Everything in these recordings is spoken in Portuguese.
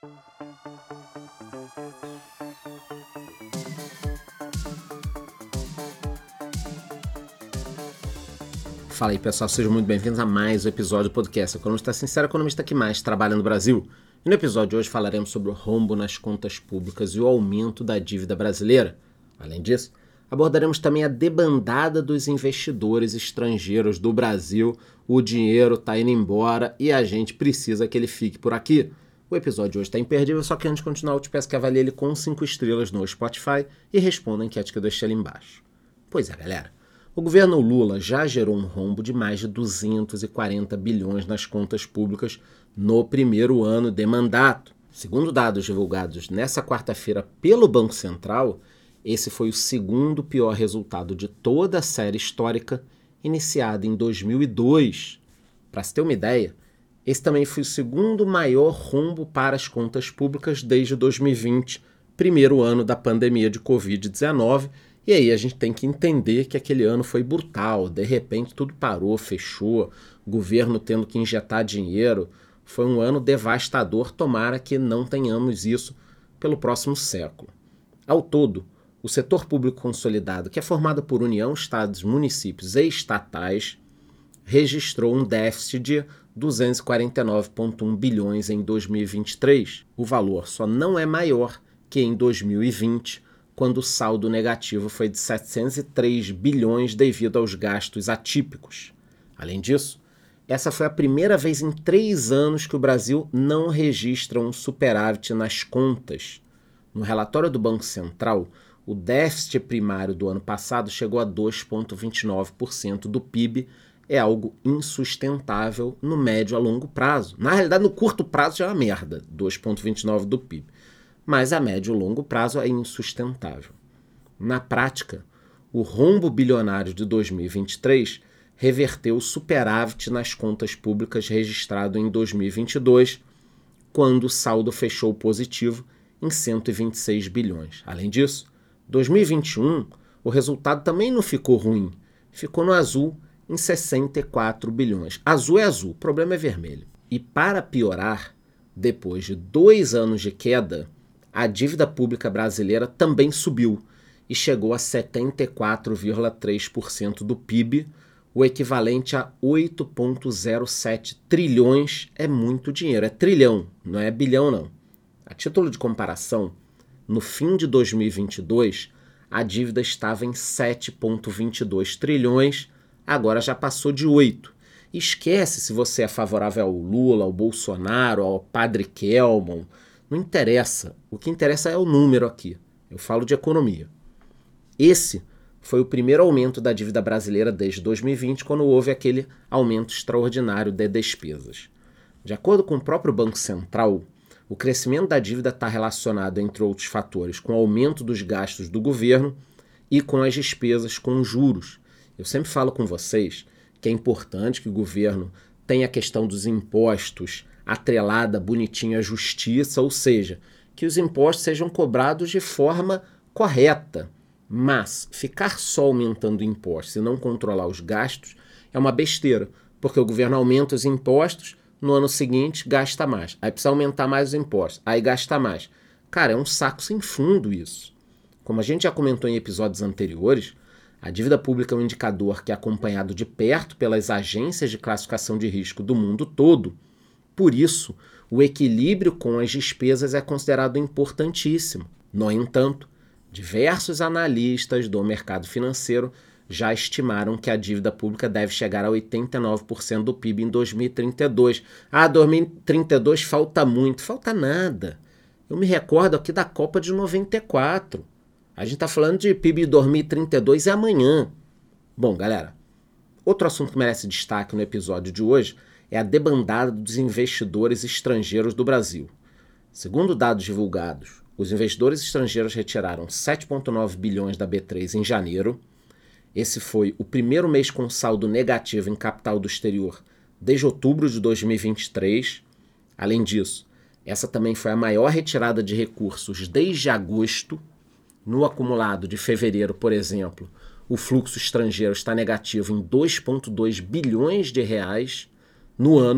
Fala aí, pessoal, sejam muito bem-vindos a mais um episódio do podcast Economista Sincero, economista que mais trabalha no Brasil. E no episódio de hoje falaremos sobre o rombo nas contas públicas e o aumento da dívida brasileira. Além disso, abordaremos também a debandada dos investidores estrangeiros do Brasil. O dinheiro está indo embora e a gente precisa que ele fique por aqui. O episódio de hoje está imperdível, só que antes de continuar eu te peço que avalie ele com 5 estrelas no Spotify e responda a enquete que eu deixei ali embaixo. Pois é, galera. O governo Lula já gerou um rombo de mais de 240 bilhões nas contas públicas no primeiro ano de mandato. Segundo dados divulgados nessa quarta-feira pelo Banco Central, esse foi o segundo pior resultado de toda a série histórica iniciada em 2002. Para se ter uma ideia, esse também foi o segundo maior rombo para as contas públicas desde 2020, primeiro ano da pandemia de Covid-19. E aí a gente tem que entender que aquele ano foi brutal, de repente tudo parou, fechou, governo tendo que injetar dinheiro, foi um ano devastador, tomara que não tenhamos isso pelo próximo século. Ao todo, o setor público consolidado, que é formado por União, estados, municípios e estatais, registrou um déficit de 249,1 bilhões em 2023. O valor só não é maior que em 2020, quando o saldo negativo foi de 703 bilhões devido aos gastos atípicos. Além disso, essa foi a primeira vez em 3 anos que o Brasil não registra um superávit nas contas. No relatório do Banco Central, o déficit primário do ano passado chegou a 2,29% do PIB, é algo insustentável no médio a longo prazo. Na realidade, no curto prazo já é uma merda, 2,29% do PIB. Mas a médio e longo prazo é insustentável. Na prática, o rombo bilionário de 2023 reverteu o superávit nas contas públicas registrado em 2022, quando o saldo fechou positivo em 126 bilhões. Além disso, 2021, o resultado também não ficou ruim, ficou no azul em 64 bilhões. Azul é azul, o problema é vermelho. E para piorar, depois de 2 anos de queda, a dívida pública brasileira também subiu e chegou a 74,3% do PIB, o equivalente a 8,07 trilhões. É muito dinheiro, é trilhão, não é bilhão não. A título de comparação, no fim de 2022, a dívida estava em 7,22 trilhões, agora já passou de 8. Esquece se você é favorável ao Lula, ao Bolsonaro, ao Padre Kelmon. Não interessa. O que interessa é o número aqui. Eu falo de economia. Esse foi o primeiro aumento da dívida brasileira desde 2020, quando houve aquele aumento extraordinário de despesas. De acordo com o próprio Banco Central, o crescimento da dívida está relacionado, entre outros fatores, com o aumento dos gastos do governo e com as despesas com juros. Eu sempre falo com vocês que é importante que o governo tenha a questão dos impostos atrelada, bonitinha à justiça, ou seja, que os impostos sejam cobrados de forma correta. Mas ficar só aumentando impostos e não controlar os gastos é uma besteira, porque o governo aumenta os impostos, no ano seguinte gasta mais, aí precisa aumentar mais os impostos, aí gasta mais. Cara, é um saco sem fundo isso. Como a gente já comentou em episódios anteriores, a dívida pública é um indicador que é acompanhado de perto pelas agências de classificação de risco do mundo todo. Por isso, o equilíbrio com as despesas é considerado importantíssimo. No entanto, diversos analistas do mercado financeiro já estimaram que a dívida pública deve chegar a 89% do PIB em 2032. 2032 falta muito, falta nada. Eu me recordo aqui da Copa de 94. A gente está falando de PIB em 2032 é amanhã. Bom, galera, outro assunto que merece destaque no episódio de hoje é a debandada dos investidores estrangeiros do Brasil. Segundo dados divulgados, os investidores estrangeiros retiraram 7,9 bilhões da B3 em janeiro. Esse foi o primeiro mês com saldo negativo em capital do exterior desde outubro de 2023. Além disso, essa também foi a maior retirada de recursos desde agosto. No acumulado de fevereiro, por exemplo, o fluxo estrangeiro está negativo em 2,2 bilhões de reais. No ano,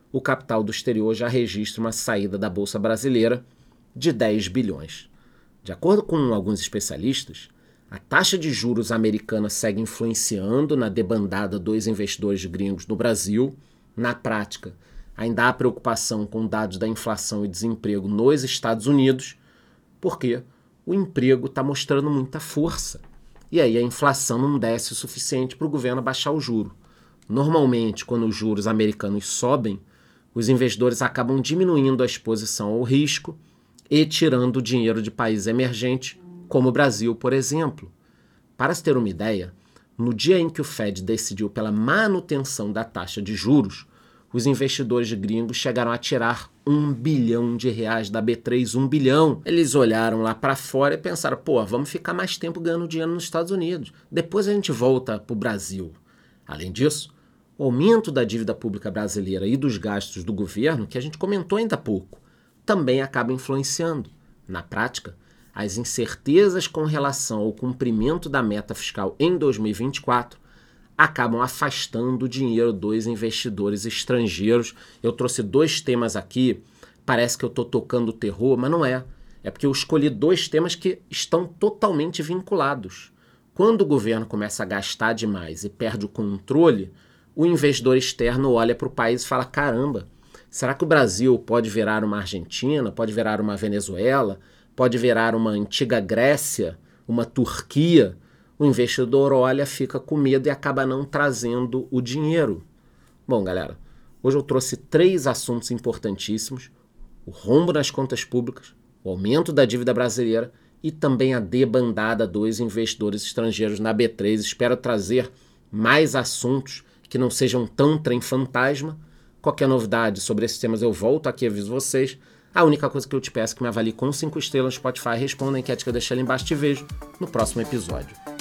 o capital do exterior já registra uma saída da Bolsa Brasileira de 10 bilhões. De acordo com alguns especialistas, a taxa de juros americana segue influenciando na debandada dos investidores gringos no Brasil. Na prática, ainda há preocupação com dados da inflação e desemprego nos Estados Unidos, porque o emprego está mostrando muita força. E aí a inflação não desce o suficiente para o governo baixar o juro. Normalmente, quando os juros americanos sobem, os investidores acabam diminuindo a exposição ao risco e tirando o dinheiro de países emergentes, como o Brasil, por exemplo. Para se ter uma ideia, no dia em que o Fed decidiu pela manutenção da taxa de juros, os investidores gringos chegaram a tirar R$1 bilhão da B3, 1 bilhão. Eles olharam lá para fora e pensaram, vamos ficar mais tempo ganhando dinheiro nos Estados Unidos. Depois a gente volta para o Brasil. Além disso, o aumento da dívida pública brasileira e dos gastos do governo, que a gente comentou ainda há pouco, também acaba influenciando. Na prática, as incertezas com relação ao cumprimento da meta fiscal em 2024 acabam afastando o dinheiro dos investidores estrangeiros. Eu trouxe 2 temas aqui, parece que eu estou tocando terror, mas não é. É porque eu escolhi 2 temas que estão totalmente vinculados. Quando o governo começa a gastar demais e perde o controle, o investidor externo olha para o país e fala, caramba, será que o Brasil pode virar uma Argentina, pode virar uma Venezuela, pode virar uma antiga Grécia, uma Turquia? O investidor olha, fica com medo e acaba não trazendo o dinheiro. Bom, galera, hoje eu trouxe 3 assuntos importantíssimos: o rombo nas contas públicas, o aumento da dívida brasileira e também a debandada dos investidores estrangeiros na B3. Espero trazer mais assuntos que não sejam tão trem fantasma. Qualquer novidade sobre esses temas eu volto aqui e aviso vocês. A única coisa que eu te peço é que me avalie com 5 estrelas no Spotify, responda a enquete que eu deixei ali embaixo. Te vejo no próximo episódio.